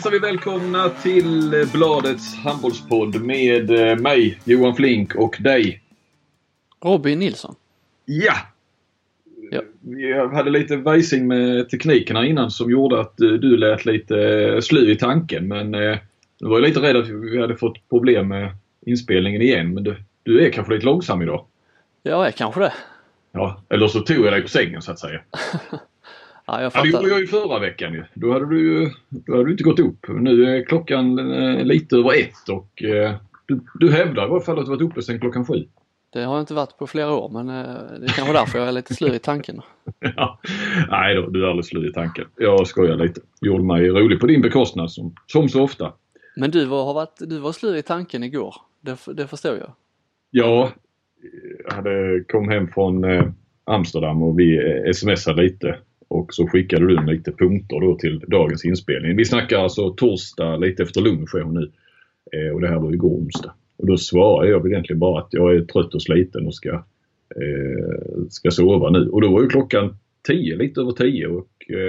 hälsar vi välkomna till Bladets handbollspodd med mig, Johan Flink, och dig, Robin Nilsson. Ja! Vi hade lite vajsing med teknikerna innan som gjorde att du lät lite slu i tanken. Men du var ju lite rädd att vi hade fått problem med inspelningen igen. Men du är kanske lite långsam idag. Ja, är kanske det. Ja, eller så tog jag dig på sängen så att säga. Ja, jag fattar. Det gjorde jag ju förra veckan ju. Då hade du inte gått upp. Nu är klockan lite över 1 och du hävdar i alla fall att du varit uppe sedan klockan 7. Det har jag inte varit på flera år, men det är kanske därför jag är lite slu i tanken. Ja. Nej då, du är alldeles slu i tanken. Jag skojar lite. Gjorde mig rolig på din bekostnad som så ofta. Men du var slu i tanken igår. Det förstår jag. Ja, jag kom hem från Amsterdam och vi smsade lite. Och så skickade du lite punkter då till dagens inspelning. Vi snackar alltså torsdag lite efter lunch nu. Och det här var igår onsdag. Och då svarade jag egentligen bara att jag är trött och sliten och ska sova nu. Och då var ju klockan 10, lite över 10. Och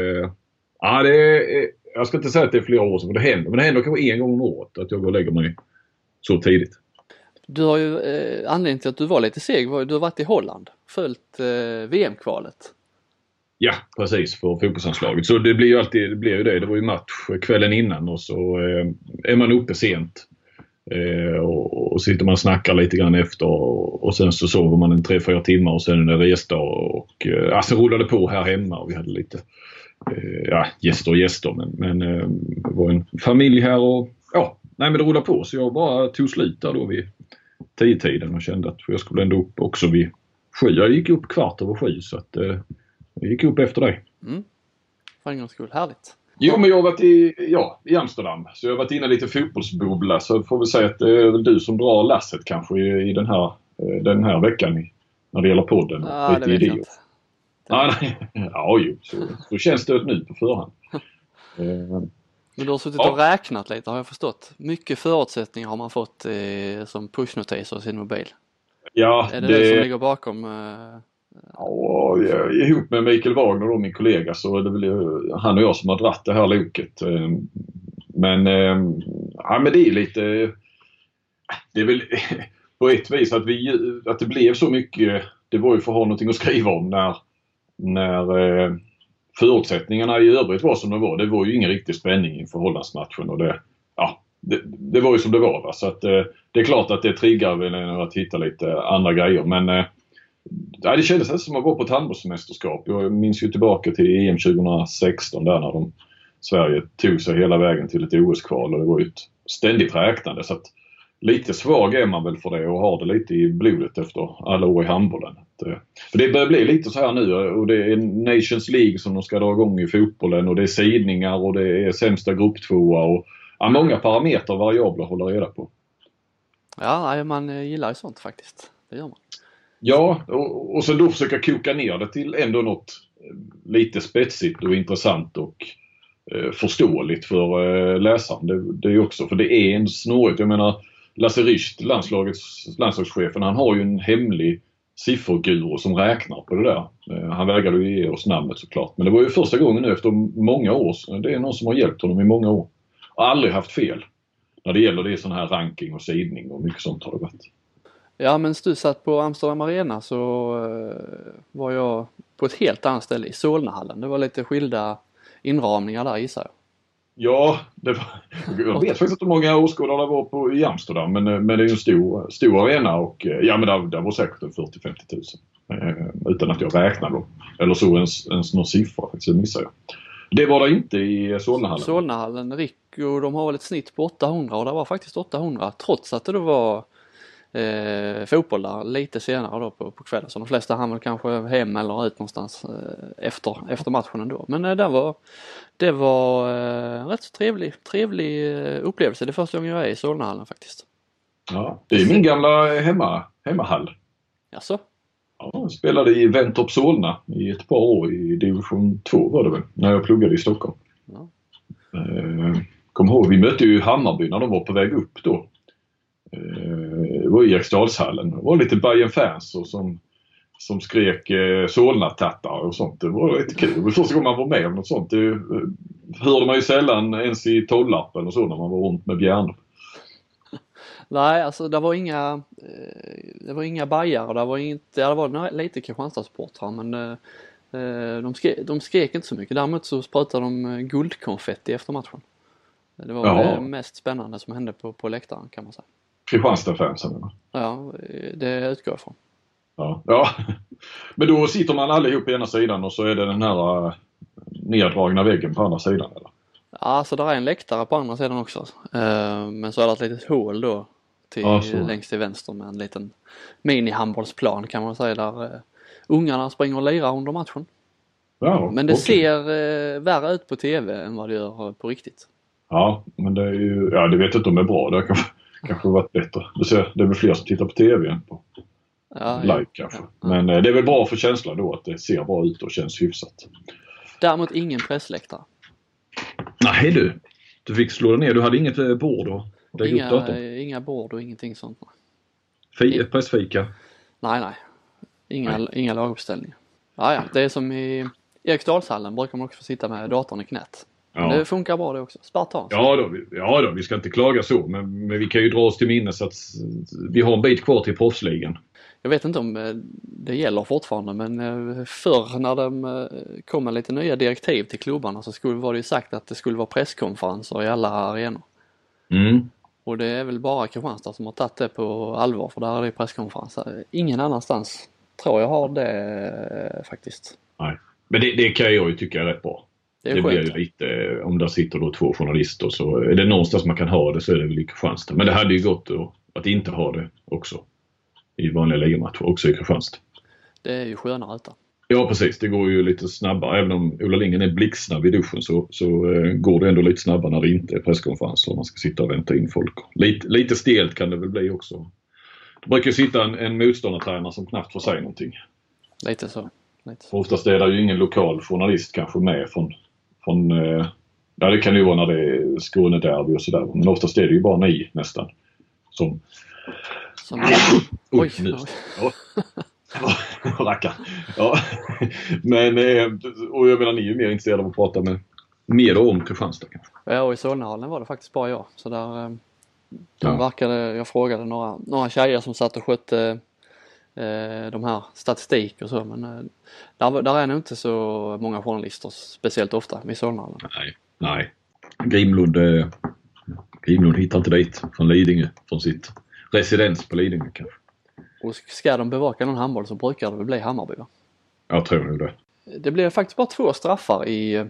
jag ska inte säga att det är flera år sedan det händer. Men det händer kanske en gång om året att jag går och lägger mig så tidigt. Du har ju anledning till att du var lite seg. Du har varit i Holland. Följt VM-kvalet. Ja, precis, för fotbollsanslaget. Så det blir ju alltid, det var ju match kvällen innan och så är man uppe sent. Och sitter man och snackar lite grann efter och sen så sover man en 3-4 timmar och sen är det resdag och så rullade på här hemma och vi hade lite gäster men det var en familj här och men det rullade på så jag bara tog slut där då vid 10-tiden och kände att jag skulle ändå upp också vid 7. Jag gick upp 7:15 så att jag gick upp efter dig. För en gångs skull, härligt. Jo, men jag har varit i Amsterdam. Så jag har varit inne lite fotbollsbubbla. Så får vi säga att det är väl du som drar lasset kanske i den här veckan när det gäller podden. Ja, det vet jag inte. Så känns det nu på förhand. Men du har suttit och räknat lite har jag förstått. Mycket förutsättningar har man fått som pushnotiser i sin mobil. Ja, är det som ligger bakom? Ja, ihop med Mikael Wagner och min kollega så är det väl han och jag som har dratt det här loket. Men det är lite, det är väl på ett vis att det blev så mycket, det var ju för att ha någonting att skriva om när förutsättningarna i övrigt var som de var. Det var ju ingen riktig spänning inför Hollandsmatchen och det var ju som det var. Va? Så att det är klart att det triggar väl att hitta lite andra grejer men det kändes som att vara på ett handbollsmästerskap. Jag minns ju tillbaka till EM 2016 där när Sverige tog sig hela vägen till ett OS-kval och det var ju ett ständigt räknande. Så att lite svag är man väl för det och har det lite i blodet efter alla år i handbollen. För det börjar bli lite så här nu och det är Nations League som de ska dra igång i fotbollen och det är sidningar och det är sämsta grupptvåa och många parametrar och variabler att hålla reda på. Ja, man gillar ju sånt faktiskt. Det gör man. Ja, och sen då försöka koka ner det till ändå något lite spetsigt och intressant och förståeligt för läsaren. Det är ju också, för det är en snårigt. Jag menar, Lasse Richt, landslagschefen, han har ju en hemlig sifferguru som räknar på det där. Han vägrade ju ge oss namnet såklart. Men det var ju första gången nu efter många år. Det är någon som har hjälpt honom i många år. Och aldrig haft fel när det gäller det sån här ranking och sidning och mycket sånt har det varit. Ja, men du satt på Amsterdam Arena så var jag på ett helt annat ställe i Solnahallen. Det var lite skilda inramningar där gissar jag. Ja, jag vet faktiskt inte hur många åskådare det var i Amsterdam men det är ju en stor arena och men det var säkert 40-50 000 utan att jag räknade då. Eller så ens någon siffra faktiskt, missar jag. Det var det inte i Solnahallen. Solnahallen, och de har väl ett snitt på 800 och det var faktiskt 800 trots att det då var fotboll där lite senare då på kvällen. Så de flesta hann väl kanske hem eller ut någonstans efter matchen ändå. Men det var en rätt så trevlig upplevelse. Det är första gången jag är i Solnahallen faktiskt. Ja, det är min gamla hemmahall. Jaså? Ja, jag spelade i Ventorp Solna i ett par år i division 2 var det väl, när jag pluggade i Stockholm. Ja. Kom ihåg, vi mötte ju Hammarby när de var på väg upp då. Det var i Eriksdalshallen. Det var lite Bayern-fans som skrek Solna-tattar och sånt. Det var lite kul. Det var första gången man var med om något sånt. hörde man ju sällan ens i tollappen och så när man var runt med Bjärnum. Nej, alltså det var inga bajar och det var lite Kristianstadssupportrar men de skrek inte så mycket. Däremot så sprutade de guldkonfetti efter matchen. Det var det mest spännande som hände på läktaren kan man säga. Kristianstad-fansen? Ja, det utgår ifrån. Ja. Men då sitter man allihop på ena sidan och så är det den här neddragna väggen på andra sidan eller? Ja, alltså där är en läktare på andra sidan också. Men så är det ett litet hål då längst till vänster med en liten mini-handbollsplan kan man säga där ungarna springer och lirar under matchen. Ja, men det ser värre ut på tv än vad det gör på riktigt. Ja, men det är ju, det vet jag inte om det är bra. Det har kanske varit bättre. Det är väl fler som tittar på tv än på live kanske. Ja. Men det är väl bra för känslan då att det ser bra ut och känns hyfsat. Däremot ingen pressläktare. Nej du fick slå ner. Du hade inget bord då? Inga bord och ingenting sånt. Pressfika? Nej. Inga laguppställningar. Ja, det är som i Eriksdalshallen brukar man också få sitta med datorn i knät. Ja. Det funkar bra det också. Spartans. Ja då, vi ska inte klaga så. Men vi kan ju dra oss till minnes att vi har en bit kvar till proffsligan. Jag vet inte om det gäller fortfarande men förr när de kom med lite nya direktiv till klubbarna så var det ju sagt att det skulle vara presskonferenser i alla arenor. Mm. Och det är väl bara Kristianstad som har tagit det på allvar för där är det presskonferenser. Ingen annanstans tror jag har det faktiskt. Nej, men det kan jag ju tycka är rätt bra. Det blir ju lite, om där sitter då 2 journalister så är det någonstans man kan ha det så är det väl i Kristianstad. Men det hade ju gått att inte ha det också i vanliga ligamatcher, också i Kristianstad. Det är ju skönare utan. Ja precis, det går ju lite snabbare. Även om Ola Lindgren är blixtsnabb i duschen så går det ändå lite snabbare när det inte är presskonferenser och man ska sitta och vänta in folk. Lite stelt kan det väl bli också. Det brukar ju sitta en motståndartränare som knappt får säga någonting. Lite så. Oftast är det ju ingen lokal journalist kanske med från det kan ju vara när det är Skånederby och sådär. Men oftast är det ju bara ni nästan. Som Oj. Rackar. Ja. Men och jag menar ni är ju mer intresserade av att prata med mer om Kristianstad kanske. Ja, och i Solnahallen var det faktiskt bara jag. Så där jag frågade några tjejer som satt och skötte de här statistik och så, men där är nog inte så många journalister speciellt ofta i Solnahallen. Nej. Grimlund hittar inte dit från Lidingö, från sitt residens på Lidingö kanske. Och ska de bevaka någon handboll så brukar det väl bli Hammarby va? Jag tror nog det. Det blir faktiskt bara 2 straffar i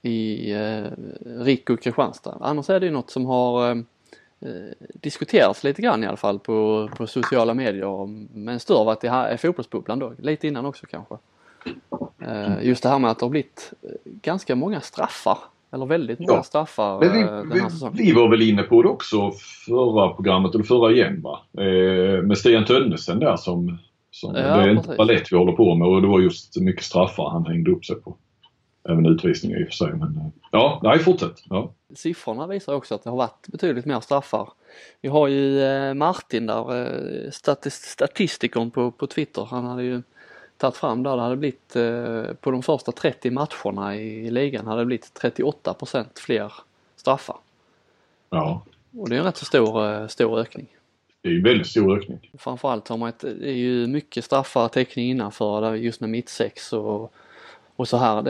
RIK och Kristianstad. Annars är det ju något som har diskuterats lite grann i alla fall på sociala medier, men större att det här är fotbollsbubblan då, lite innan också kanske. Just det här med att det har blivit ganska många straffar, eller väldigt många straffar den här säsongen. Vi var väl inne på det också förra programmet, eller förra igen va? Med Stian Tönnesen där som det är inte balett vi håller på med och det var just mycket straffar han hängde upp sig på. Även utvisningar i och för sig, men fortsätt. Ja. Siffrorna visar också att det har varit betydligt mer straffar. Vi har ju Martin där, statistikern på Twitter, han hade ju tagit fram där det hade blivit på de första 30 matcherna i ligan hade det blivit 38% fler straffar. Ja. Och det är en rätt så stor ökning. Det är en väldigt stor ökning. Framförallt har man det är ju mycket straffar täckning innanför där just med mittsex och så här,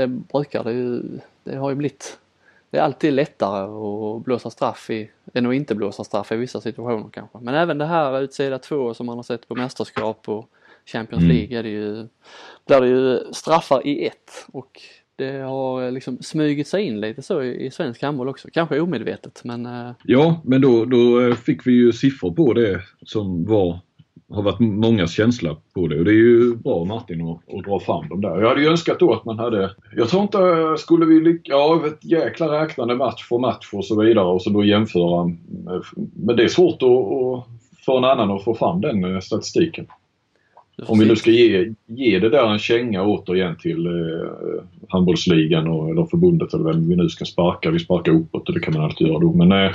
det har ju blivit, det är alltid lättare att blåsa straff än att inte blåsa straff i vissa situationer kanske. Men även det här utsida 2 som man har sett på mästerskap och Champions League där det ju straffar i 1 och det har liksom smugit sig in lite så i svensk handboll också. Kanske omedvetet men... Ja, men då fick vi ju siffror på det som har varit mångas känsla på det och det är ju bra Martin att dra fram dem där. Jag hade ju önskat då att man hade, jag tror inte skulle vi ett jäkla räknande match för match och så vidare och så då jämföra, men det är svårt att för en annan att få fram den statistiken. Om vi nu ska ge det där en känga återigen till handbollsligan eller förbundet eller vem vi nu ska sparka. Vi sparkar uppåt och det kan man alltid göra då. Men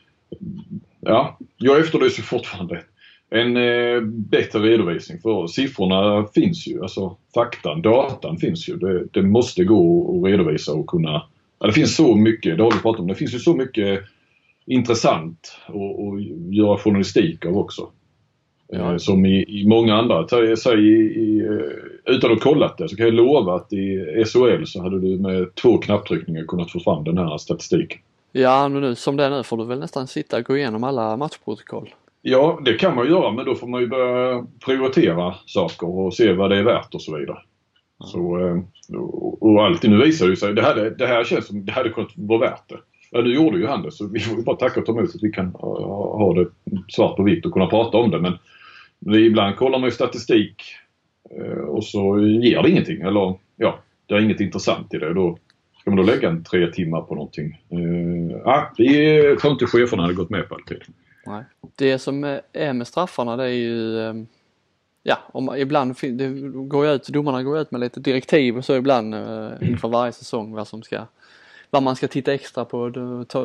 jag efterlyser fortfarande en bättre redovisning för siffrorna finns ju, alltså datan finns ju. Det måste gå att redovisa och kunna Ja, det finns så mycket, det har vi pratat om, det finns ju så mycket intressant att göra journalistik av också. Ja. Som i många andra. Utan att kollat det så kan jag lova att i SHL så hade du med 2 knapptryckningar kunnat få fram den här statistiken. Ja, men nu som det är nu får du väl nästan sitta och gå igenom alla matchprotokoll. Ja, det kan man göra, men då får man ju börja prioritera saker och se vad det är värt och så vidare. Ja. Så, och alltid nu visar det sig, det här känns som det hade kunnat vara värt det. Ja, nu gjorde ju han det, så vi får bara tacka och ta emot att vi kan ha det svart på vitt och kunna prata om det. Men ibland kollar man ju statistik och så ger det ingenting. Eller ja, det är inget intressant i det. Då ska man då lägga 3 timmar på någonting. Det tror inte cheferna hade gått med på alltid. Nej. Det som är med straffarna, det är ju ibland domarna går ut med lite direktiv och så ibland inför varje säsong vad man ska titta extra på och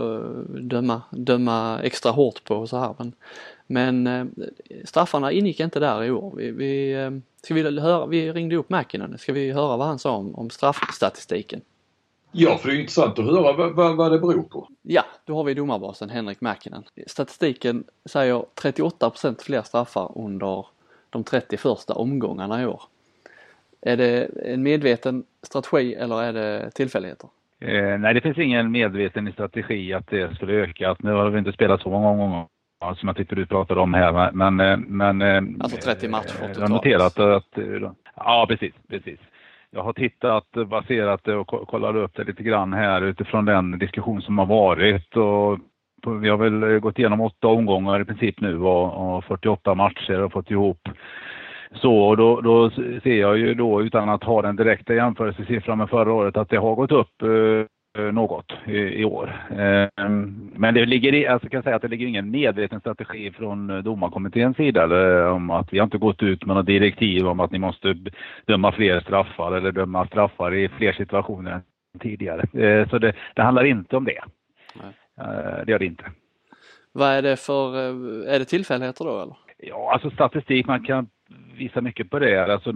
döma extra hårt på och så här. Men straffarna ingick inte där i år. Vi ringde upp Mäkinen. Ska vi höra vad han sa om straffstatistiken? Ja, för det är intressant att höra vad det beror på. Ja, då har vi domarbasen Henrik Mäkinen. Statistiken säger 38% fler straffar under de 30 första omgångarna i år. Är det en medveten strategi eller är det tillfälligheter? Nej, det finns ingen medveten strategi att det skulle öka. Nu har vi inte spelat så många gånger som jag tyckte du pratade om här. Men alltså 30 matcher totalt. Jag har noterat att ja, precis. Jag har tittat baserat och kollat upp det lite grann här utifrån den diskussion som har varit. Och vi har väl gått igenom 8 omgångar i princip nu och 48 matcher och fått ihop. Så då ser jag ju då, utan att ha den direkta jämförelsesiffran med förra året, att det har gått upp något i år. Men det ligger ingen medveten strategi från domarkommitténs sida eller om att vi har inte gått ut med något direktiv om att ni måste döma fler straffar eller döma straffar i fler situationer än tidigare. Så det handlar inte om det. Nej. Det gör det inte. Vad är det är det tillfälligheter då eller? Ja, alltså statistik, man kan visa mycket på det. Alltså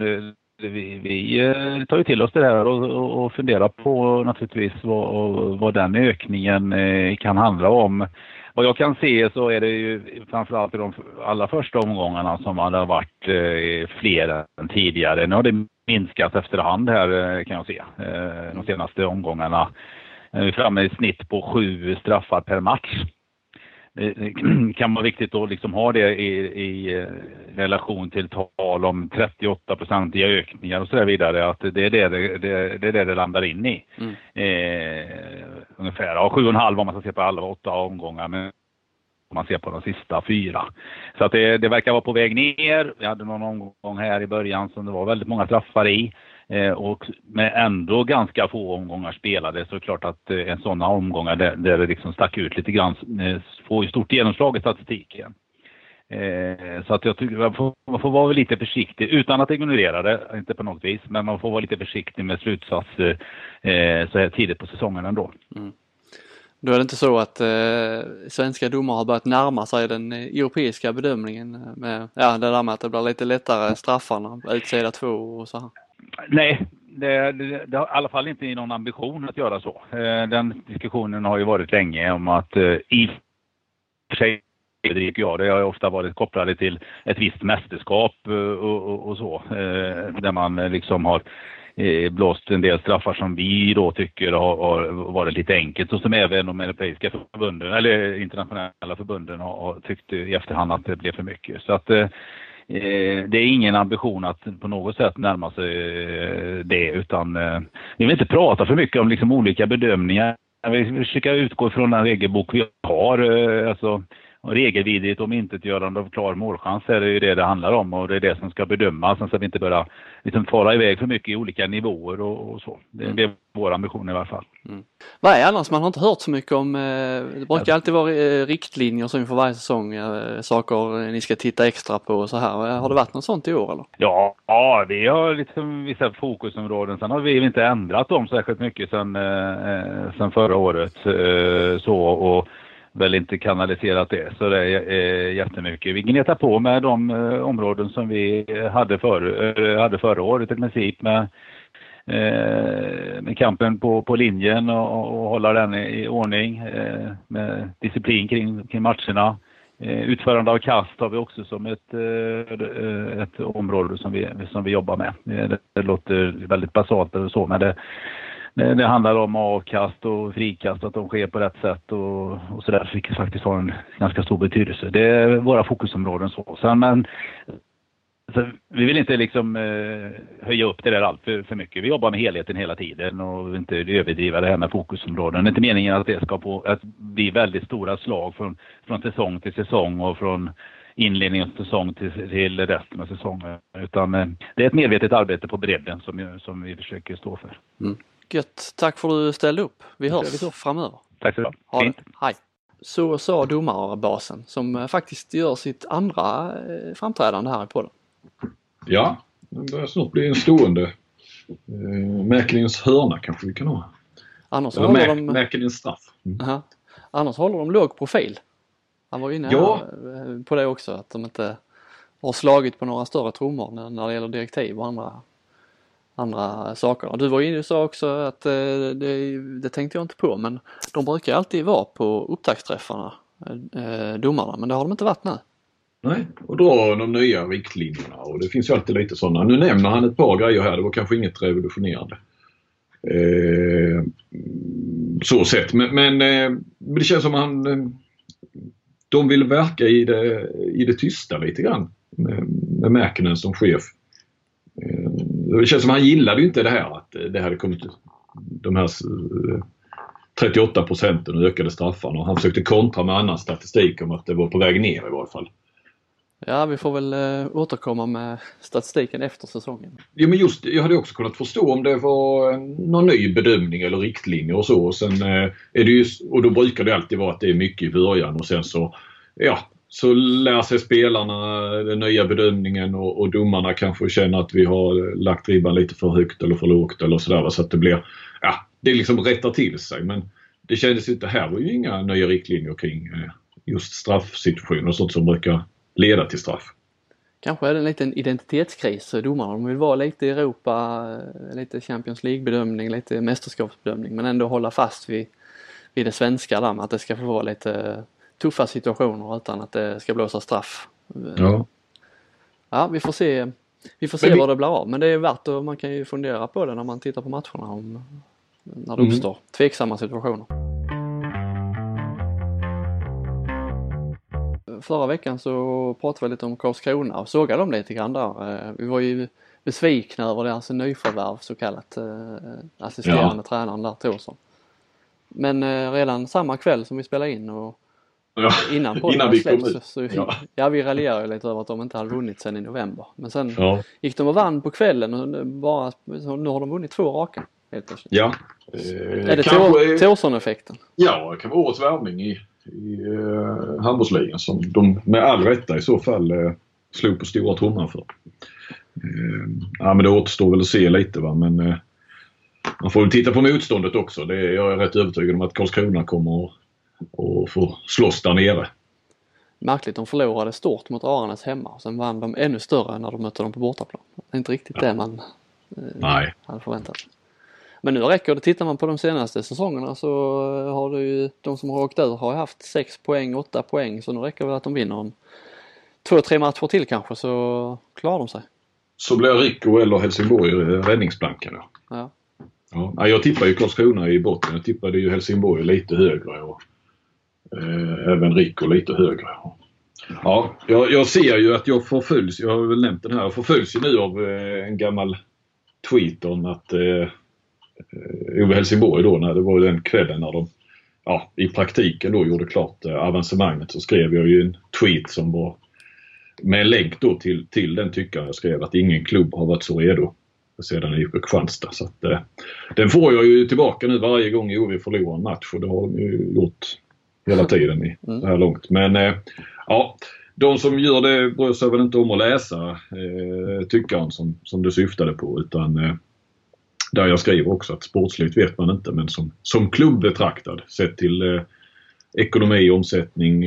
vi tar ju till oss det här och funderar på naturligtvis vad den ökningen kan handla om. Vad jag kan se så är det ju framförallt i de allra första omgångarna som hade varit fler än tidigare. Nu har det minskat efterhand här kan jag se. De senaste omgångarna är vi framme i snitt på 7 straffar per match. Det kan vara viktigt att liksom ha det i relation till tal om 38% i ökningar och så där vidare, att det är det landar in i. Ungefär 7,5 om man ska se på alla 8 omgångar, men om man ser på de sista 4. Så att det verkar vara på väg ner. Vi hade någon omgång här i början som det var väldigt många straffar i. Och med ändå ganska få omgångar spelade, så är det klart att en sådana omgångar där det liksom stack ut lite grann får ju stort genomslag i statistiken. Så att jag tycker man får vara lite försiktig utan att ignorera det, inte på något vis, men man får vara lite försiktig med slutsatser så här tidigt på säsongen ändå. Då är det inte så att svenska domare har börjat närma sig den europeiska bedömningen med det där med att det blir lite lättare straffarna, utsida 2 och så här? Det har i alla fall inte i någon ambition att göra så. Den diskussionen har ju varit länge om att i för sig det har ofta varit kopplade till ett visst mästerskap och så. Där man liksom har blåst en del straffar som vi då tycker har varit lite enkelt, och som även de europeiska förbunden eller internationella förbunden har tyckt i efterhand att det blev för mycket. Så att det är ingen ambition att på något sätt närma sig det, utan vi vill inte prata för mycket om liksom olika bedömningar. Vi försöker utgå från den regelbok vi har, alltså regelvidrigt om intetgörande av klar målchans är det ju det handlar om, och det är det som ska bedömas. Sen ska vi inte börja liksom fara iväg för mycket i olika nivåer och så. Det är vår ambition i alla fall. Vad är annars? Man har inte hört så mycket om, det brukar alltid vara riktlinjer som för varje säsong, saker ni ska titta extra på och så här. Har det varit något sånt i år eller? Ja, vi har liksom vissa fokusområden. Sen har vi inte ändrat dem särskilt mycket sen förra året. Så, och väl inte kanaliserat det, så det är jättemycket. Vi gnetar på med de områden som vi hade förra året i princip, med med kampen på linjen och hålla den i ordning med disciplin kring matcherna. Utförande av kast har vi också som ett område som vi jobbar med. Det låter väldigt basalt och så, men det handlar om avkast och frikast, att de sker på rätt sätt och så där, vilket faktiskt har en ganska stor betydelse. Det är våra fokusområden så. Men så vi vill inte liksom höja upp det där allt för mycket. Vi jobbar med helheten hela tiden och inte överdriva det här med fokusområden. Det är inte meningen att det ska att bli väldigt stora slag från säsong till säsong och från inledning av säsong till resten av säsongen. Utan det är ett medvetet arbete på bredden som vi försöker stå för. Mm. Gött, tack för att du ställde upp. Vi hörs framöver. Tack så mycket. Hej. Så sa domarbasen som faktiskt gör sitt andra framträdande här i podden. Ja, det börjar snart bli en stående Mäklingens hörna kanske vi kan ha. Annars Mäklingens straff. Mm. Annars håller de låg profil. Han var inne på det också, att de inte har slagit på några större trummor när det gäller direktiv och andra saker. Du var inne och sa också att det tänkte jag inte på, men de brukar alltid vara på upptaktsträffarna, domarna, men det har de inte varit nu. Nej, och dra de nya riktlinjerna, och det finns ju alltid lite sådana. Nu nämner han ett par grejer här, det var kanske inget revolutionerande. Så sett, men det känns som de vill verka i det tysta lite grann med Mäkinen som chef. Det känns som han gillade ju inte det här att det hade kommit de här 38% och ökade straffarna, och han försökte kontra med annan statistik om att det var på väg ner i varje fall. Ja, vi får väl återkomma med statistiken efter säsongen. Ja, men just, jag hade också kunnat förstå om det var någon ny bedömning eller riktlinjer och så. Och sen är det ju, och då brukar det alltid vara att det är mycket i början, och sen så lär sig spelarna den nya bedömningen, och domarna kanske känner att vi har lagt ribban lite för högt eller för lågt eller sådär, så att det blir, det liksom rättar till sig. Men det kändes inte, här var ju inga nya riktlinjer kring just straffsituationer och sånt som brukar leda till straff. Kanske är det en liten identitetskris. Domarna, de vill vara lite i Europa, lite Champions League-bedömning, lite mästerskapsbedömning, men ändå hålla fast vid det svenska där, att det ska få vara lite tuffa situationer utan att det ska blåsa straff. Ja, vi får se vad det blir av, men det är värt att man kan ju fundera på det när man tittar på matcherna när det uppstår tveksamma situationer. Förra veckan så pratade vi lite om Karlskrona och sågade dem lite grann där. Vi var ju besvikna över deras nyförvärv, så kallat assisterande tränaren där, Thorsson. Men redan samma kväll som vi spelade in och innan vi kom ut. Vi raljerade lite över att de inte hade vunnit sen i november. Men sen gick de och vann på kvällen, och nu har de vunnit 2 raka. Helt plötsligt. Ja. Är det Thorsson-effekten? Ja, det kan vara årets värvning i handbollsligan som de med all rätta i så fall slog på stora trumman för. Men det återstår väl att se lite, va, men man får väl titta på motståndet också. Jag är rätt övertygad om att Karlskrona kommer att få slåss där nere. Märkligt, de förlorade stort mot Aranäs hemma, och sen vann de ännu större när de mötte dem på bortaplan. Det är inte riktigt det man hade förväntat. Men nu räcker det, tittar man på de senaste säsongerna så har det ju, de som har åkt ur har haft 6 poäng, 8 poäng, så nu räcker det att de vinner 2-3 matcher till kanske, så klarar de sig. Så blir Rico eller Helsingborg räddningsplankan då. Ja, jag tippar ju Karlskrona i botten, jag tippade ju Helsingborg lite högre och även Rico lite högre. Ja, jag ser ju att jag förföljs, jag har väl nämnt den här, jag förföljs ju nu av en gammal tweet om att över Helsingborg då, när det var den kvällen när de i praktiken då gjorde klart avancemanget, så skrev jag ju en tweet som var med en länk då till den tyckaren. Jag skrev att ingen klubb har varit så redo sedan IFK Kristianstad, så att den får jag ju tillbaka nu varje gång vi förlorar en match, och det har de ju gjort hela tiden i det här långt. Men de som gör det bryr sig väl inte om att läsa tyckaren som du syftade på, utan där jag skriver också att sportsligt vet man inte, men som klubb betraktad, sett till ekonomi, omsättning,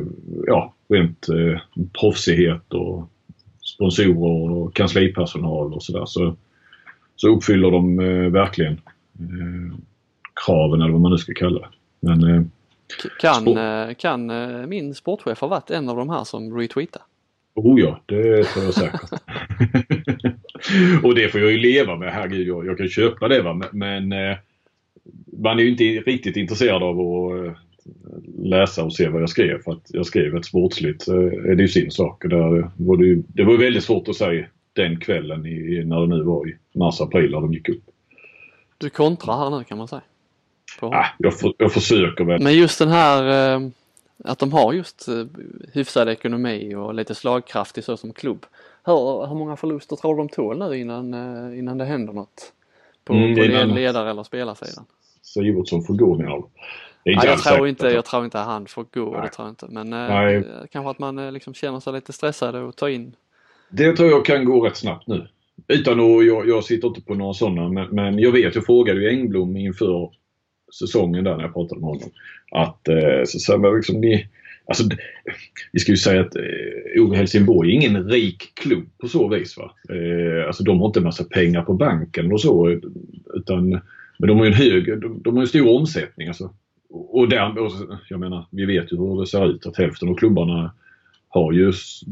rent proffsighet och sponsorer och kanslipersonal och sådär, så uppfyller de verkligen kraven eller vad man nu ska kalla det. Men, kan min sportchef ha varit en av de här som retweetar? Oh ja, det tror jag säkert. Och det får jag ju leva med. Herregud, jag kan köpa det, va? Men man är ju inte riktigt intresserad av att läsa och se vad jag skrev. För att jag skrev ett sportsligt är det ju sin sak. Det var ju väldigt svårt att säga den kvällen när det nu var i mars-april när de gick upp. Du kontrar här nu, kan man säga. Jag försöker väl. Men just den här att de har just hyfsad ekonomi och lite slagkraftig så som klubb. Hur många förluster tror de tål nu innan det händer något på ledare eller spelarsidan? Sivertsson får gå med. Jag tror inte han får gå. Nej. Det tror jag inte. Men kanske att man liksom känner sig lite stressad och tar in. Det tror jag kan gå rätt snabbt nu. Utan att jag sitter inte på några sådana. Men jag vet, jag frågade ju Engblom inför säsongen där när jag pratade med honom. Att så liksom vi ska ju säga att Helsingborg är ingen rik klubb på så vis, va. Alltså de har inte en massa pengar på banken och så, utan men de har ju de har ju stor omsättning, alltså. Och jag menar, vi vet ju hur det ser ut, att hälften av klubbarna har ju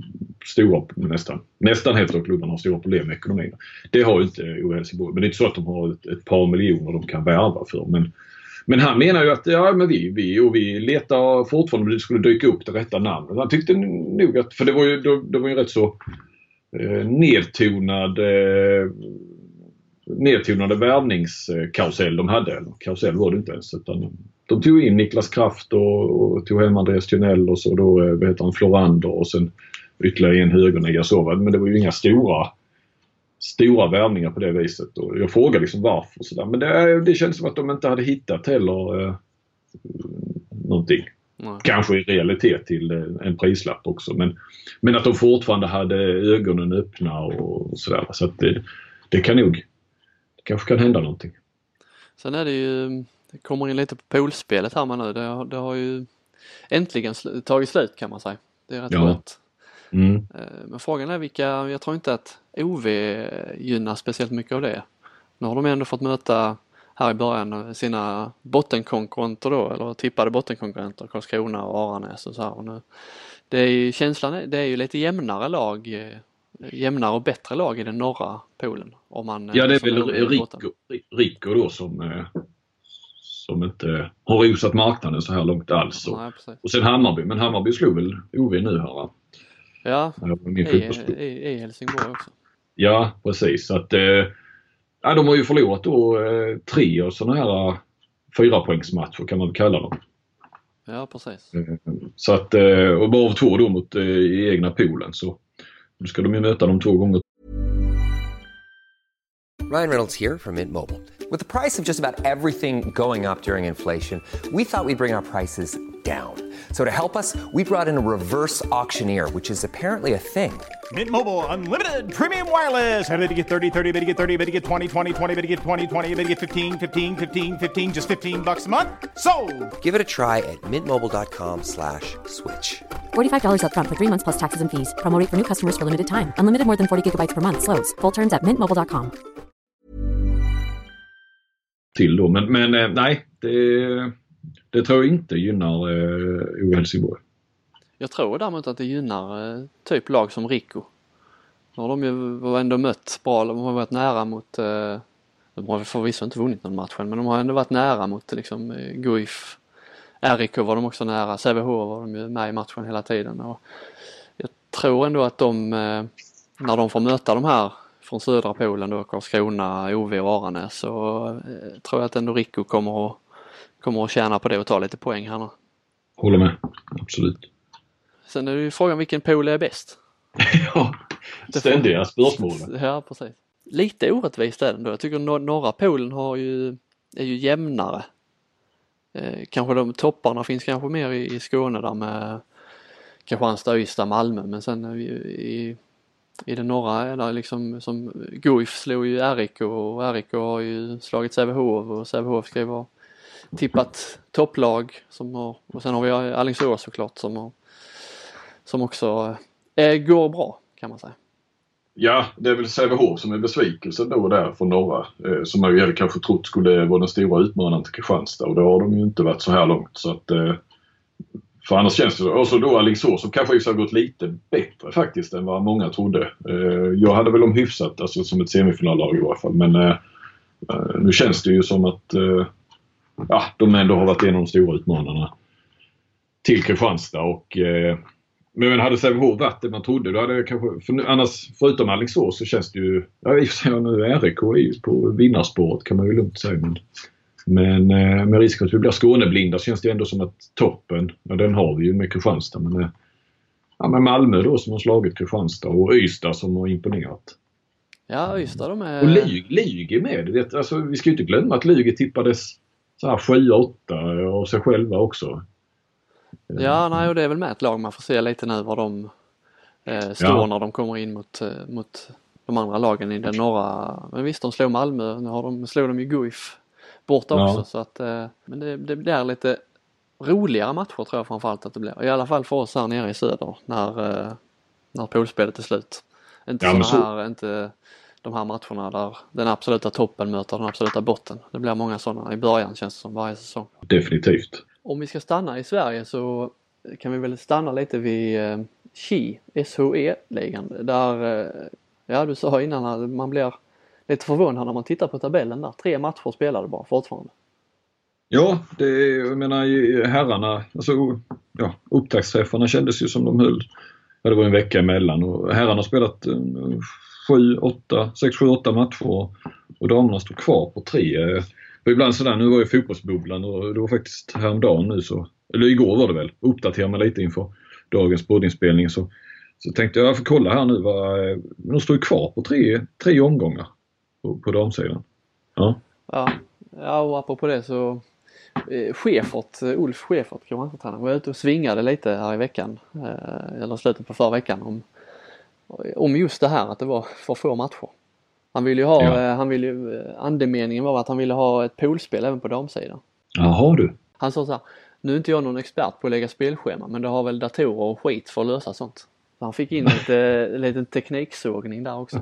nästan hälften av klubbarna har stora problem med ekonomin. Det har ju inte Helsingborg, men det är inte så att de har ett par miljoner de kan värva för. Men han menar ju att vi letar fortfarande om det skulle dyka upp det rätta namnet. Han tyckte nog att, för det var ju rätt så nedtonade värvningskarusell de hade. Karusell var det inte ens, utan de tog in Niklas Kraft och tog hem Andreas Thunell och så då heter han Florander och sen ytterligare en högernia så. Men det var ju inga stora värvningar på det viset. Och jag frågade liksom varför och sådär. Men det känns som att de inte hade hittat heller någonting. Nej. Kanske i realitet till en prislapp också. Men att de fortfarande hade ögonen öppna och sådär. Så att det kanske kan hända någonting. Sen är det ju, det kommer in lite på poolspelet här man nu. Det har ju äntligen tagit slut, kan man säga. Det är rätt skönt. Mm. Men frågan är jag tror inte att OV gynnar speciellt mycket av det. Nu har de ändå fått möta här i början sina bottenkonkurrenter då, eller tippade bottenkonkurrenter, Karlskrona och Aranäs och så här. Och nu, det är ju känslan, det är ju lite jämnare och bättre lag i den norra poolen. Om man, ja, det är väl Rico då som inte har rosat marknaden så här långt alls. Och sen Hammarby, men Hammarby slog väl OV nu här, va? Ja, i Helsingborg också. Ja, precis. Så att, de har ju förlorat då 3 och sådana här 4-poängsmatcher kan man kalla dem. Ja, precis. Så att, och bara av 2 då mot i egna poolen, så nu ska de ju möta dem 2 gånger. Ryan Reynolds here from Mint Mobile. With the price of just about everything going up during inflation, we thought we'd bring our prices down. So to help us, we brought in a reverse auctioneer, which is apparently a thing. Mint Mobile Unlimited Premium Wireless. How to get 30, 30, how to get 30, how to get 20, 20, 20, how to get 20, 20, how to get 15, 15, 15, 15, just $15 a month? Sold! Give it a try at mintmobile.com/switch. $45 up front for 3 months plus taxes and fees. Promo rate for new customers for limited time. Unlimited more than 40 gigabytes per month. Slows full terms at mintmobile.com. Till då, men nej, det tror jag inte gynnar Helsingborg. Jag tror däremot att det gynnar typ lag som Rico. Nu har de ju ändå mött bra, de har varit nära mot, de har förvisso inte vunnit någon match, men de har ändå varit nära mot liksom Guif. RIK var de också nära, Sävehof var de ju med i matchen hela tiden. Och jag tror ändå att de, när de får möta de här från södra polen då, Karlskrona, OV och Aranäs, så tror jag att ändå Rico kommer att tjäna på det och ta lite poäng här nu. Håller med, absolut. Sen är det ju frågan vilken pool är bäst. Ja, ständiga spörsmål. Ja, precis. Lite orättvist är det då. Jag tycker norra polen är ju jämnare. Kanske de topparna finns kanske mer i Skåne där med Kristianstad, Ystad, Malmö, men sen i den norra är det liksom som Guif slog ju RIK och RIK har ju slagit Sävehof och Sävehof ska ju vara tippat topplag och sen har vi Alingsås såklart som också går bra, kan man säga. Ja, det är väl Sävehof som är besvikelsen då där från norra. Som jag hade kanske trott skulle vara den stora utmanaren till Kristianstad. Och det har de ju inte varit så här långt. Så att, för annars känns det så. Och så då Alingsås som kanske har gått lite bättre faktiskt än vad många trodde. Jag hade väl hyfsat, alltså som ett semifinallag i varje fall. Men nu känns det ju som att de ändå har varit en av de stora utmanarna till Kristianstad. Och men hade Sävehof varit det man trodde, då hade det kanske, annars förutom Alingsås så känns det ju, i och för sig nu RIK är ju på vinnarspåret kan man ju lugnt säga, men med risk att vi blir Skåneblinda så känns det ändå som att toppen, den har vi ju med Kristianstad, men med Malmö då som har slagit Kristianstad och Ystad som har imponerat. Ja, Ystad de är... Och Lyg är med, det, alltså, vi ska ju inte glömma att Lyg tippades så här 7-8 av sig själva också. Ja, nej, och det är väl med ett lag man får se lite nu var de står när de kommer in mot de andra lagen i den norra. Men visst, de slog Malmö, nu slog de ju Guif borta också, så att men det är lite roligare matcher tror jag framförallt att det blir. I alla fall för oss här nere i söder när poolspelet är slut. Inte inte de här matcherna där den absoluta toppen möter den absoluta botten. Det blir många sådana i början känns det som varje säsong. Definitivt. Om vi ska stanna i Sverige så kan vi väl stanna lite vid SHE-ligan. Där, du sa innan att man blir lite förvånad när man tittar på tabellen där. 3 matcher spelade bara fortfarande. Ja, jag menar herrarna, alltså upptaktsträffarna kändes ju som de höll. Ja, det var en vecka emellan och herrarna har spelat 6-7-8 matcher och damerna stod kvar på 3. Och ibland sådär, nu var ju fotbollsbubblan och det var faktiskt häromdagen nu så, eller igår var det väl, uppdaterade man lite inför dagens poddinspelning så tänkte jag får kolla här nu de står ju kvar på 3 omgångar på damsidan. Ja, och apropå det så Ulf Schäfert kan man inte träna. Var ute och svingade lite här i veckan eller slutet på förra veckan om just det här att det var för få matcher. Han ville ju andemeningen var att han ville ha ett poolspel även på damsidan. Jaha du. Han sa så här, nu är inte jag någon expert på att lägga spelschema, men det har väl datorer och skit för att lösa sånt. Så han fick in en liten tekniksågning där också.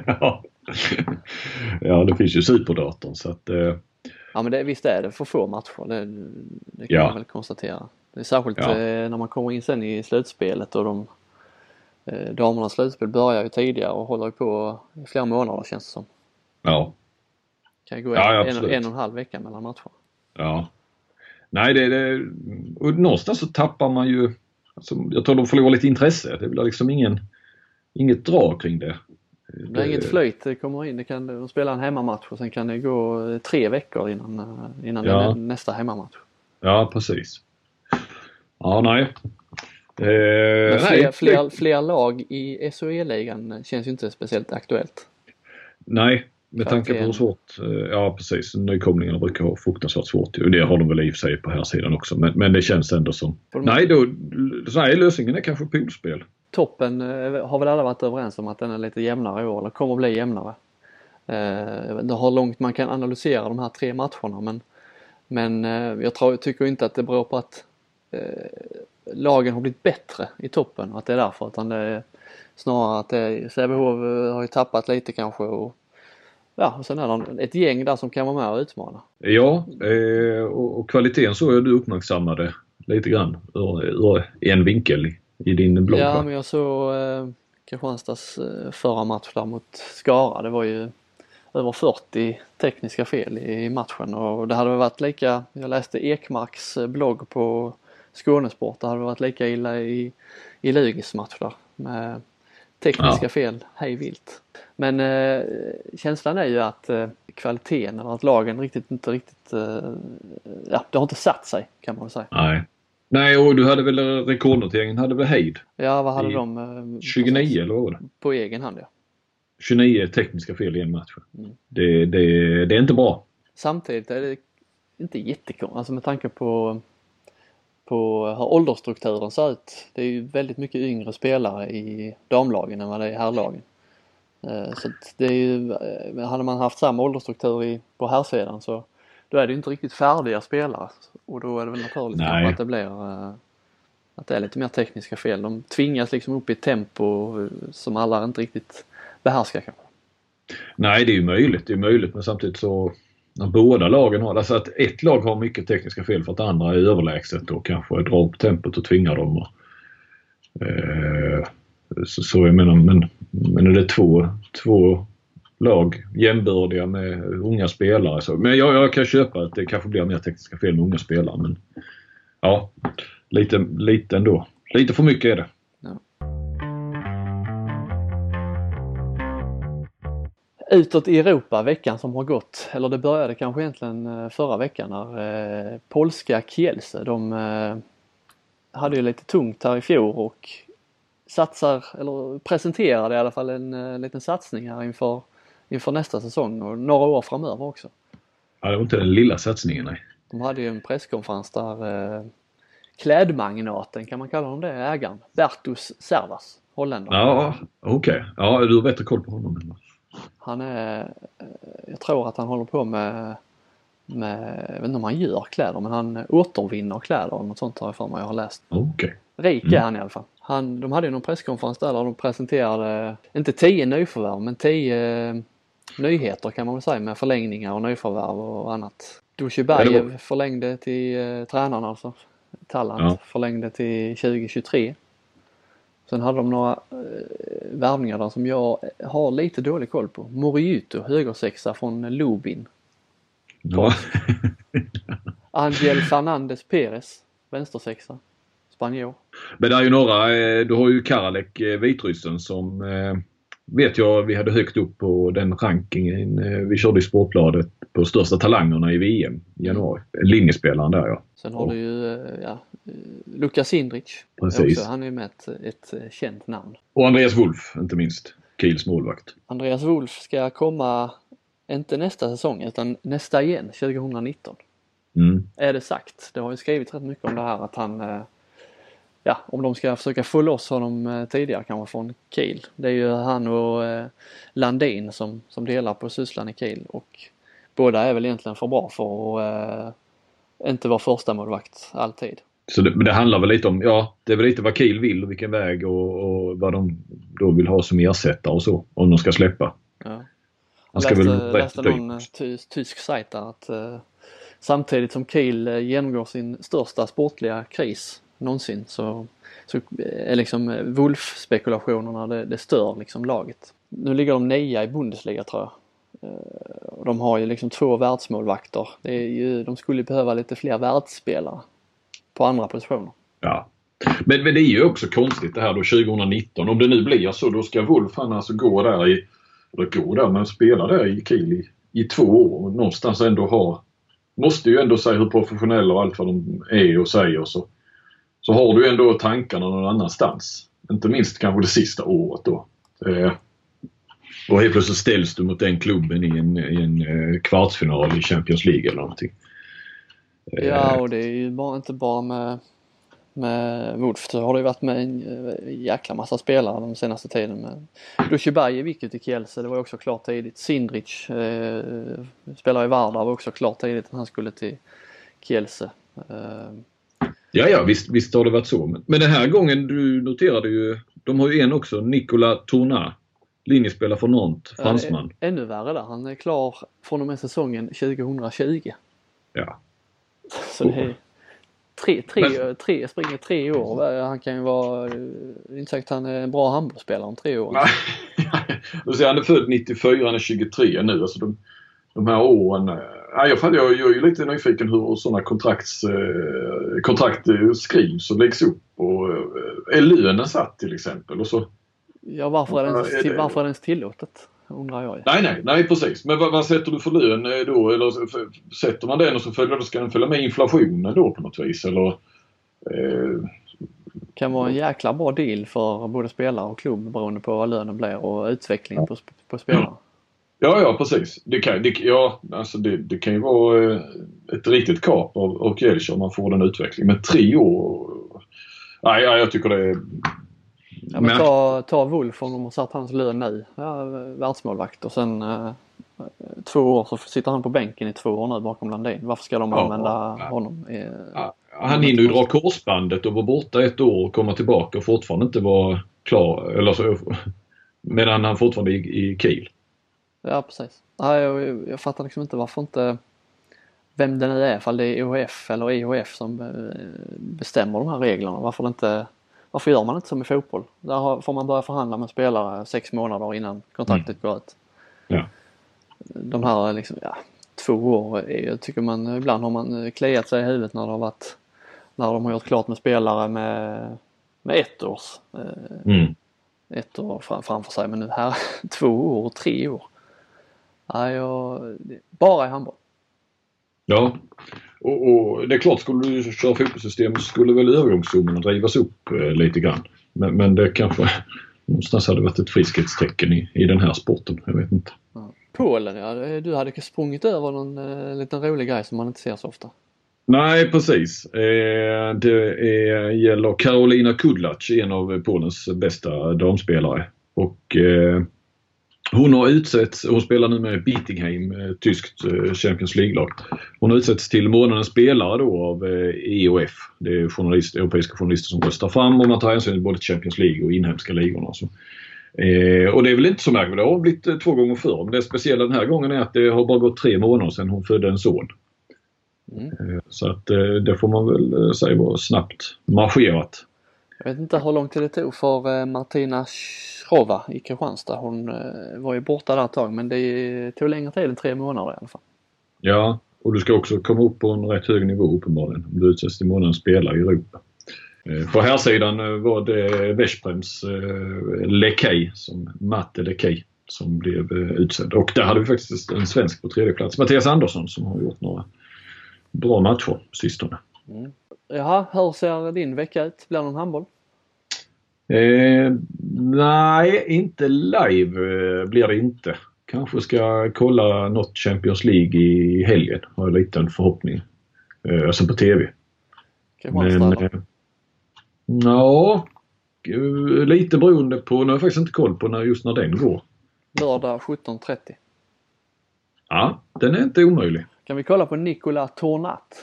Ja, det finns ju superdatorn så att... Ja, men visst är det för få matcher, det kan man väl konstatera. Det är särskilt när man kommer in sen i slutspelet och damernas slutspel börjar ju tidigare och håller ju på i flera månader känns det som. Ja. Kan gå en och en halv vecka mellan matcher. Ja. Nej, och någonstans så tappar man ju, alltså, jag tror de förlorar lite intresse. Det blir liksom inget drag kring det. Det är inget flöjt, det kommer in. De spelar en hemmamatch och sen kan det gå 3 veckor innan det är nästa hemmamatch. Ja, precis. Ja, nej. Fler lag i SHE-ligan känns ju inte speciellt aktuellt. Nej, med tanke på hur svårt. Ja, precis. Nykomlingarna brukar ha fruktansvärt svårt. Och det har de väl i och för sig på här sidan också. Men det känns ändå som... lösningen är kanske poolspel. Toppen har väl alla varit överens om att den är lite jämnare i år. Eller kommer att bli jämnare. Det har långt man kan analysera de här 3 matcherna. Men jag tycker inte att det beror på att lagen har blivit bättre i toppen. Att det är därför. Utan det är snarare att Sävehof har ju tappat lite kanske. Och sen är det ett gäng där som kan vara med och utmana. Ja, och kvaliteten så är du uppmärksammade lite grann ur en vinkel i din blogg. Ja, men jag såg Kristianstads förra match där mot Skara. Det var ju över 40 tekniska fel i matchen och det hade varit lika, jag läste Ekmarks blogg på Skånesport, det hade varit lika illa i Lygis match där med tekniska fel hej vilt. Men känslan är ju att kvaliteten eller att lagen inte riktigt det har inte satt sig kan man säga. Nej, och du hade väl rekordnoteringen hade väl hejd? Ja, vad hade de? 29 eller vad var det? På egen hand, ja. 29 tekniska fel i en match. Det är inte bra. Samtidigt är det inte jättekonstigt, alltså med tanke på hur åldersstrukturen ser ut. Det är ju väldigt mycket yngre spelare i damlagen än vad det är i herrlagen. Så det är ju, hade man haft samma åldersstruktur på herrsidan så då är det inte riktigt färdiga spelare och då är det väl naturligt att det blir att det är lite mer tekniska fel. De tvingas liksom upp i tempo som alla inte riktigt behärska kanske. Nej, det är ju möjligt. Det är möjligt, men samtidigt så när båda lagen har, alltså att ett lag har mycket tekniska fel för att andra är överlägset och kanske drar upp tempot och tvingar dem. Och, så jag menar, men är det två lag jämbördiga med unga spelare. Så. Men jag kan köpa att det kanske blir mer tekniska fel med unga spelare. Men ja, lite ändå. Lite för mycket är det. Ja. Utåt i Europa veckan som har gått, eller det började kanske egentligen förra veckan när polska Kielce, de hade ju lite tungt här i fjol och presenterade i alla fall en liten satsning här inför nästa säsong och några år framöver också. Ja, det var inte den lilla satsningen, nej. De hade ju en presskonferens där klädmagnaten, kan man kalla honom det, ägaren, Bertus Servas, holländare. Ja, okej. Ja, du har bättre koll på honom. Han är, jag tror att han håller på med jag vet inte om han gör kläder, men han återvinner kläder och något sånt har jag för mig, jag har läst. Okej. Rik är han i alla fall. De hade ju någon presskonferens där de presenterade, inte 10 nyförvärv, men 10 nyheter kan man väl säga, med förlängningar och nyförvärv och annat. Dushibayev förlängde till tränaren alltså. Tallant förlängde till 2023. Sen hade de några värvningar där som jag har lite dålig koll på. Moriuto, högersexa från Lubin. Ja. Angel Fernandez Perez, vänstersexa, spanjor. Men det är ju några, du har ju Karalek, vitryssen, som vet jag vi hade högt upp på den rankingen. Vi körde i Sportbladet på största talangerna i VM i januari. Linjespelaren där, ja. Sen har du ju Luka Sindrich. Precis. Också, han är ju med ett känt namn. Och Andreas Wolf, inte minst. Kiels målvakt. Andreas Wolf ska komma inte nästa säsong utan nästa igen, 2019. Är det sagt. Det har ju skrivit rätt mycket om det här att han, om de ska försöka få loss honom tidigare kanske från Kiel. Det är ju han och Landin som delar på sysslan i Kiel och båda är väl egentligen för bra för att inte vara första målvakt alltid. Så det handlar väl lite om, det är väl lite vad Kiel vill och vilken väg och vad de då vill ha som ersättare och så, om de ska släppa. Ja. Jag läste någon tysk sajt där att samtidigt som Kiel genomgår sin största sportliga kris någonsin så är liksom Wolf-spekulationerna det stör liksom laget. Nu ligger de 9 i Bundesliga tror jag. De har ju liksom 2 världsmålvakter. De skulle behöva lite fler världsspelare på andra positioner. Ja. Men det är ju också konstigt det här då 2019. Om det nu blir så, då ska Wolf han alltså men spela där i Kiel i 2 år. Och någonstans ändå måste ju ändå säga hur professionella och allt vad de är och säger så har du ändå tankarna någon annanstans. Inte minst kanske det sista året då. Och helt plötsligt ställs du mot den klubben i en kvartsfinal i Champions League eller någonting. Ja, och det är ju inte bara med Wolf. Så har det ju varit med en jäkla massa spelare den senaste tiden. Men Dushibayev gick ut i Kielce, det var också klart tidigt. Sindrich spelar i Vardar, var också klart tidigt att han skulle till Kielce. Ja, visst har det varit så. Men den här gången, du noterade ju, de har ju en också, Nicolas Tournat, linjespelare för Nantes, fransman. Ännu värre där, han är klar från och med säsungen 2020. Ja. Så det är springer 3 år. Han kan ju vara, inte sagt han är en bra handbollsspelare om 3 år. Då säger han är född 94, han är 23 nu. Alltså de här åren. Jag är ju lite nyfiken hur sådana kontrakt skrivs och läggs upp. Och är lönen satt till exempel? Och så, varför är det ens tillåtet? Undrar jag. Nej, precis. Men vad sätter du för lön då? Eller sätter man den och så ska den följa med inflationen då på något vis? Eller, kan vara en jäkla bra deal för både spelare och klubb beroende på vad lönen blir och utvecklingen på spelare. Ja, precis. Det kan ju vara ett riktigt kap av Kielce om man får den utvecklingen. Men 3 år... Nej, jag tycker det är... Ja, men ta Wolf om de har satt hans lön nu. Världsmålvakt och sen 2 år så sitter han på bänken i 2 år nu bakom Landin. Varför ska de använda honom? Han hinner ju dra korsbandet och vara borta 1 år och komma tillbaka och fortfarande inte vara klar. Eller så, Medan han fortfarande är i Kiel. Ja, precis. Ja, jag fattar liksom inte varför inte, vem det nu är, ifall det är OHF eller IHF som bestämmer de här reglerna. Varför gör man inte som i fotboll? Där får man börja förhandla med spelare 6 månader innan kontraktet går ut. Ja. De här liksom, 2 år, jag tycker man ibland har man kliat sig i huvudet när de har gjort klart med spelare med 1 års. 1 år framför sig, men nu här 2 år och 3 år. Bara i handboll. Ja, och det är klart, skulle du köra fotbollssystem skulle väl övergångssumman drivas upp lite grann. Men det kanske någonstans hade varit ett friskhetstecken i den här sporten, jag vet inte. Ja. Polen, du hade sprungit över någon liten rolig grej som man inte ser så ofta. Nej, precis. Det gäller Karolina Kudlacz, en av Polens bästa damspelare. Och hon har utsetts, hon spelar nu med Bietigheim, tyskt Champions League-lag. Hon har utsetts till månadens spelare då av EOF. Det är europeiska journalister som röstar fram, och man tar hänsyn till både Champions League och inhemska ligorna. Och det är väl inte så märkligt, det har blivit 2 gånger förr. Men det speciella den här gången är att det har bara gått 3 månader sedan hon födde en son. Så att det får man väl säga var snabbt marscherat. Jag vet inte hur långt det tog för Martina Schrova i Kristianstad. Hon var ju borta där ett tag, men det tog längre tid än 3 månader i alla fall. Ja, och du ska också komma upp på en rätt hög nivå uppenbarligen om du utsätts till månadens spelare i Europa. På här sidan var det Veszprems Lekej, som Matte Lekej, som blev utsedd. Och där hade vi faktiskt en svensk på 3:e plats, Mattias Andersson, som har gjort några bra matcher sistone. Jaha, hur ser din vecka ut? Blir det någon handboll? Nej, inte live blir det inte. Kanske ska kolla något Champions League i helgen. Har jag lite en förhoppning. Alltså på tv. Men lite beroende på, nu har jag faktiskt inte koll på när den går. Lördag 17:30. Ja, den är inte omöjlig. Kan vi kolla på Nicola Tornat?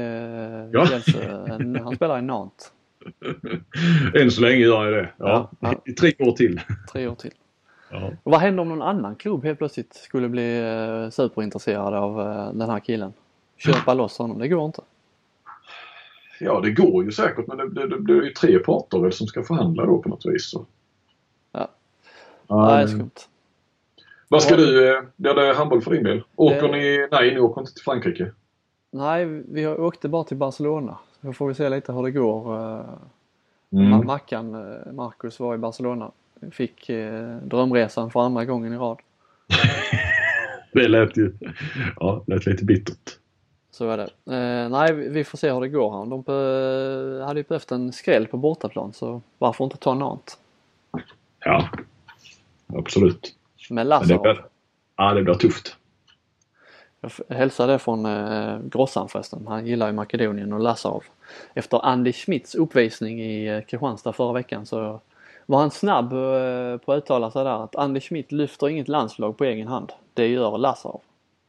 Han spelar i Nantes. Än så länge gör jag det. Ja. I 3 år till. 3 år till. Ja. Och vad händer om någon annan klubb helt plötsligt skulle bli superintresserad av den här killen? Köpa loss honom, det går inte. Ja, det går ju säkert, men det är ju 3 parter väl som ska förhandla då på något vis. Så. Ja. Nej, det är skumt. Vad ska du, blir det handboll för din del? Åker ni? Nej, ni åker inte till Frankrike. Nej, vi åkte bara till Barcelona. Så får vi se lite hur det går. Mackan, Marcus, var i Barcelona. Fick drömresan för 2:a gången i rad. Det lät lite bittert. Så är det. Nej, vi får se hur det går här. De hade ju behövt en skräll på bortaplan, så varför inte ta Nantes? Ja, absolut. Med Lazarov. Det blir tufft. Jag hälsade det från Grossan förresten. Han gillar ju Makedonien och Lazarov. Efter Andy Schmidts uppvisning i Kristianstad förra veckan så var han snabb på att uttala sig där att Andy Schmidt lyfter inget landslag på egen hand. Det gör Lazarov.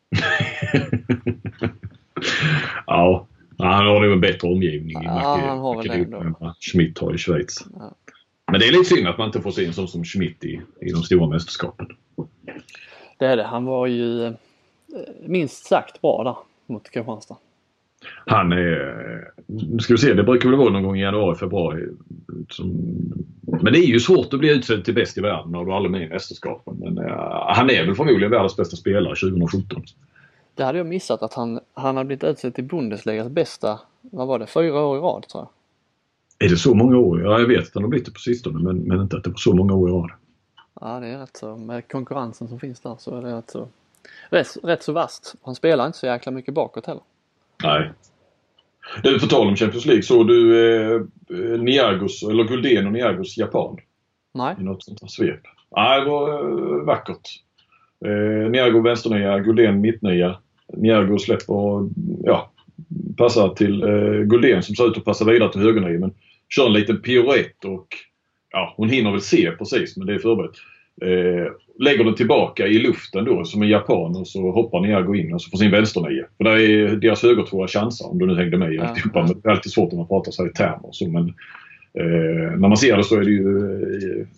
Ja, han har nog en bättre omgivning i han har väl det än vad Schmidt har i Schweiz. Ja. Men det är lite synd att man inte får se en sån som Schmidt i de stora mästerskapen. Det är det. Han var ju minst sagt bra där mot Kristianstad. Han är, ska vi se, det brukar väl vara någon gång i januari, februari. Men det är ju svårt att bli utsedd till bäst i världen när du aldrig med i mästerskapen. Men han är väl förmodligen världens bästa spelare 2017. Det hade jag missat, att han hade blivit utsedd till Bundesligas bästa, vad var det, 4 år i rad tror jag. Är det så många år? Ja, jag vet att han har blivit det på sistone, men inte att det var så många år i rad. Ja, det är rätt så. Med konkurrensen som finns där så är det rätt så vast. Han spelar inte så jäkla mycket bakåt heller. Nej. Du, på tal om Champions League, så du Niagos, eller Guldén och Niagos Japan? Nej. I något sånt här svep. Nej, det var vackert. Niago vänsternia, Guldén mittnia. Niago släpper, passar till Guldén som ser ut att passa vidare till högernia, men kör en liten pirouette och hon hinner väl se precis, men det är förberett. Lägger den tillbaka i luften då som en japan, och så hoppar Niago in och så får sin vänsternia. För där är deras högertvåa chanser, om du nu hängde med. Men det är alltid svårt när man pratar så i termer och så, men när man ser det så är det ju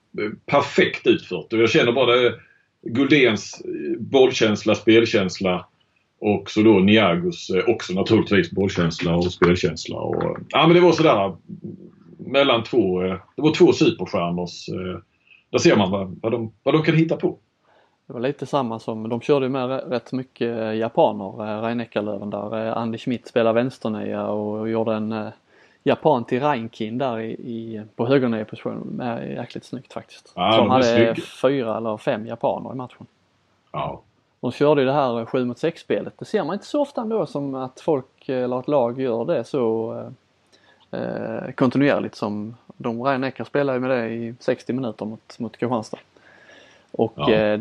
perfekt utfört. Och jag känner bara Guldéns bollkänsla, spelkänsla och så då Niagos också naturligtvis bollkänsla och spelkänsla. Och, ja, men det var sådär mellan två, det var två superstjärnors. Där ser man vad de kan hitta på. Det var lite samma som, de körde med rätt mycket japaner, Rhein-Neckarlöven där. Andy Schmidt spelade vänsternia och gjorde en japan till Reinkin där på högernia-position. Med jäkligt snyggt faktiskt. Ja, som hade snygga. 4 eller 5 japaner i matchen. Ja. De körde ju det här 7-mot-6-spelet. Det ser man inte så ofta ändå som att folk eller ett lag gör det så kontinuerligt som de Rhein-Neckar spelar med det i 60 minuter mot Kristianstad. Och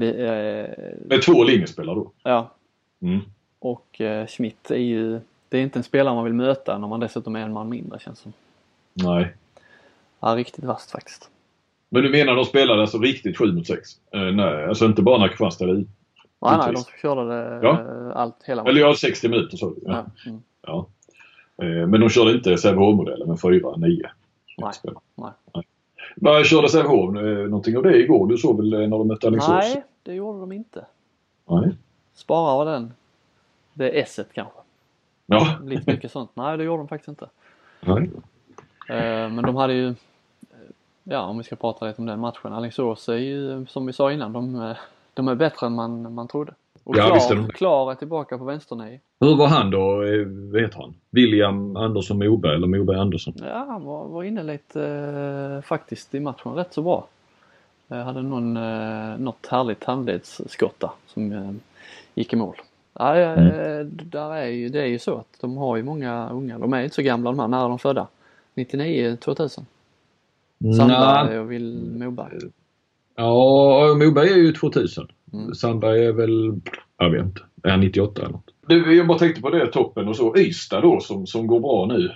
med 2 linjespelare då. Ja. Mm. Och Schmidt är ju, det är inte en spelare man vill möta när man dessutom är en man mindre, känns som. Nej. Ja, riktigt vast faktiskt. Men du menar de spelade alltså riktigt 7-mot-6? Nej, alltså inte bara när Kristianstad är nej, de körde det hela matchen. Eller 60 minuter så. Ja. Mm. Ja. Men de körde inte Sävehof-modellen med 4-9. Nej. Vad körde Sävehof någonting av det igår? Du såg väl när de mötte Alingsås? Nej, det gjorde de inte. Nej. Spara var den. Det är S-et kanske. Ja. Lite mycket sånt. Nej, det gjorde de faktiskt inte. Nej. Men de hade ju, ja, om vi ska prata lite om den matchen. Alingsås är ju, som vi sa innan, de är bättre än man trodde. Och Klar är tillbaka på vänsternej. Hur var han då, vet han? William Andersson Moberg eller Moberg Andersson? Ja, han var inne lite faktiskt i matchen rätt så bra. Hade något härligt handledsskotta som gick i mål. Ja, det är ju så att de har ju många unga. De är inte så gamla de här, när de födda. 99-2000. Sandberg och Moberg. Ja, Moberg är ju 2000. Sandberg är väl, jag vet inte, är han 98 eller något? Jag bara tänkte på det, toppen och så. Ystad då som går bra nu.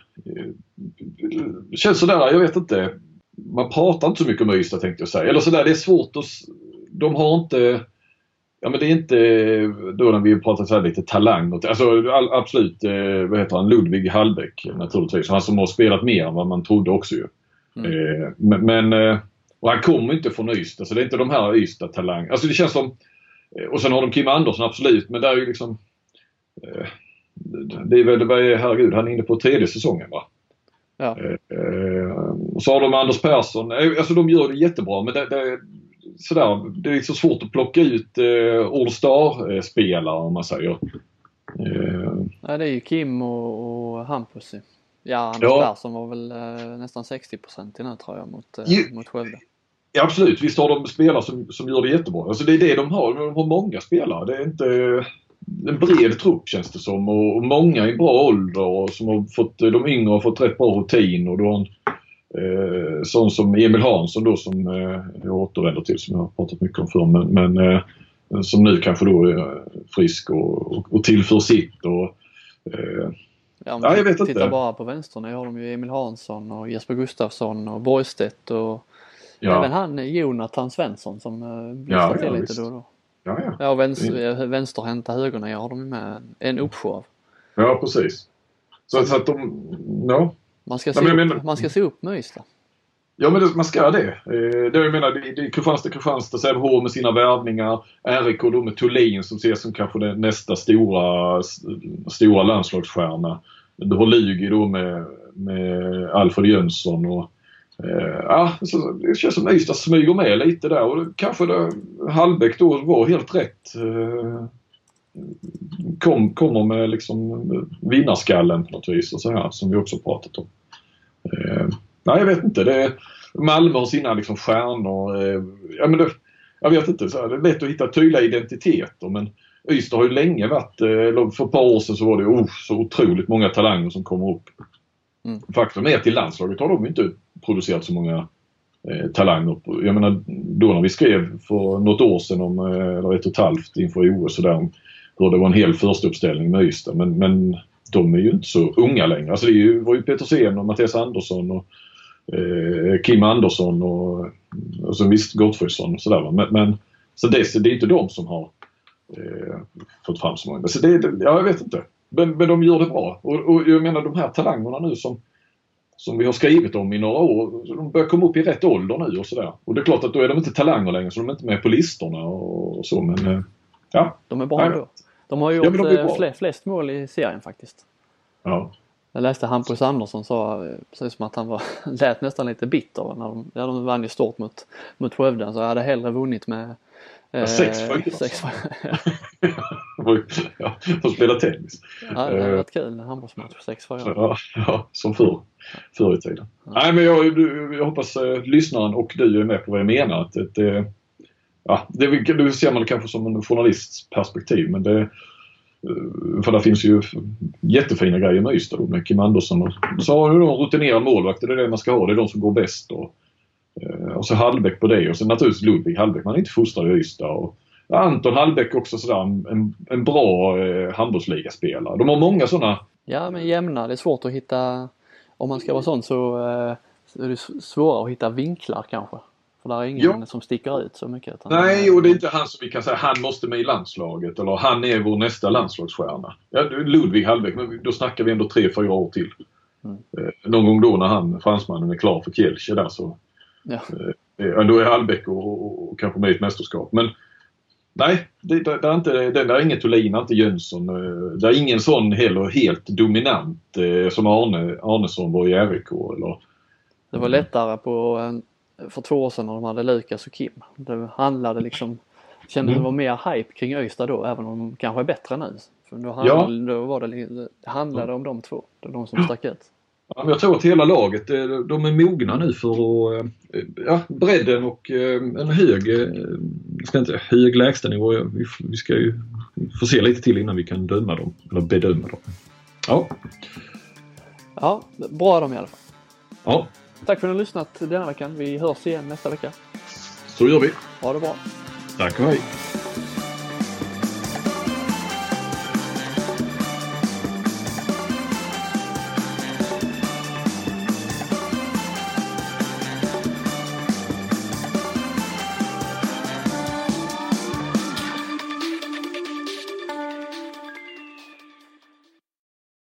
Det känns sådär, jag vet inte. Man pratar inte så mycket om Ystad, tänkte jag säga. Eller sådär, det är svårt att... De har inte... Ja, men det är inte då när vi pratar så här lite talang. Alltså absolut, vad heter han? Ludvig Hallbäck naturligtvis. Han som har spelat mer än vad man trodde också ju. Men och han kommer inte från Ystad, så det är inte de här Ystad-talang. Alltså det känns som... Och sen har de Kim Andersson, absolut. Men där är ju liksom... Det är väl, herregud, han är inne på 3:e säsongen, va? Ja. Och så har de Anders Persson. Alltså de gör det jättebra, men det är så svårt att plocka ut All-Star-spelare, om man säger. Ja, det är ju Kim och Hampus. Ja, Anders Persson var väl nästan 60% i nu, tror jag, mot Skövde. Ja, absolut. Visst har de spelare som gör det jättebra. Alltså det är det de har. De har många spelare. Det är inte en bred trupp, känns det som. Och många i bra ålder och som har fått, de yngre har fått rätt bra rutin. Och då sån som Emil Hansson då, som jag återvänder till, som jag har pratat mycket om förr. Men som nu kanske då är frisk och tillför sitt. Och, ja, jag vet inte. Titta bara på vänstern. Jag har de ju Emil Hansson och Jesper Gustafsson och Borgstedt och även han Jonathan Svensson som blåser till lite då och då. Ja, och vänsterhänta högerna har de med en uppsjö av. Ja, precis. Så att de... Ja. Man ska se upp med Ystad. Ja, men man ska det. Jag menar, det är Kristianstad, Sävehof med sina värvningar. RIK då med Thulin som ses som kanske den nästa stora landslagsstjärna. Du har Lugi då med Alfred Jönsson och så det känns som Ystad smyger med lite där, och kanske Hallbäck då var helt rätt. Kommer med liksom vinnarskallen på något vis och så här, som vi också pratat om. Nej, jag vet inte. Malmö har sina liksom stjärnor. Jag vet inte. Så det är lätt att hitta tydliga identiteter, men Ystad har ju länge varit, för ett par år sedan så var det så otroligt många talanger som kommer upp. Faktum är att till landslaget har de inte producerat så många talanger. Jag menar, då när vi skrev för något år sedan eller 1,5 inför OS så där, hur det var en hel första uppställning med Ystad, men de är ju inte så unga längre. Alltså det var ju Petersen och Mattias Andersson och Kim Andersson och så visst Gottfridsson och sådär. Men så det är inte de som har fått fram så många. Så jag vet inte. Men de gör det bra. Och jag menar, de här talangerna nu som som vi har skrivit om i några år, så de börjar komma upp i rätt ålder nu och sådär. Och det är klart att då är de inte talanger längre, så de är inte med på listorna och så, men ja. De är bra då. De har gjort flest mål i serien faktiskt. Ja. Jag läste Hampus Andersson sa precis som att han lät nästan lite bitter när de vann ju stort mot Skövde, så jag hade hellre vunnit med 6-4. Ja, de spelar tennis. Ja, det har varit kul en handbollsmatch 6-4. Ja, som förr i tiden. Ja. Nej, men jag hoppas lyssnaren och du är med på vad jag menar. Att det ser man kanske som en journalists perspektiv, men för det finns ju jättefina grejer med Ystad då, med Kim Andersson och så har du då rutinerad målvakt, det är det man ska ha, det är de som går bäst och så Hallbäck på det och så naturligtvis Ludvig Hallbäck, man är inte fostrad i Ystad och Anton Hallbäck också sådär en bra handbollsligaspelare. De har många sådana. Ja, men jämna, det är svårt att hitta, om man ska vara sån så är det svårare att hitta vinklar kanske. För där är ingen som sticker ut så mycket. Nej, och det är inte han som vi kan säga han måste med i landslaget eller han är vår nästa landslagsstjärna. Ja, Ludvig Hallbäck, men då snackar vi ändå 3-4 år till. Någon gång då när fransmannen är klar för Kielce där så då är Hallbäck och kanske med i ett mästerskap. Men nej, det är inget Thulin, inte Jönsson. Det är ingen sån heller helt dominant som Arnesson var i RIK eller. Det var lättare för 2 år sedan när de hade Lukas och Kim. Det handlade liksom, kände det var mer hype kring Ystad då, även om de kanske är bättre nu. För då var det handlade om de två, det är de som stack ut. Ja, jag tror att hela laget, de är mogna nu för att, bredden och en hög lägstanivå. Vi ska ju få se lite till innan vi kan döma dem, eller bedöma dem. Ja, bra de i alla fall. Ja. Tack för att ni har lyssnat denna veckan. Vi hörs igen nästa vecka. Så gör vi. Ha det bra. Tack och hej.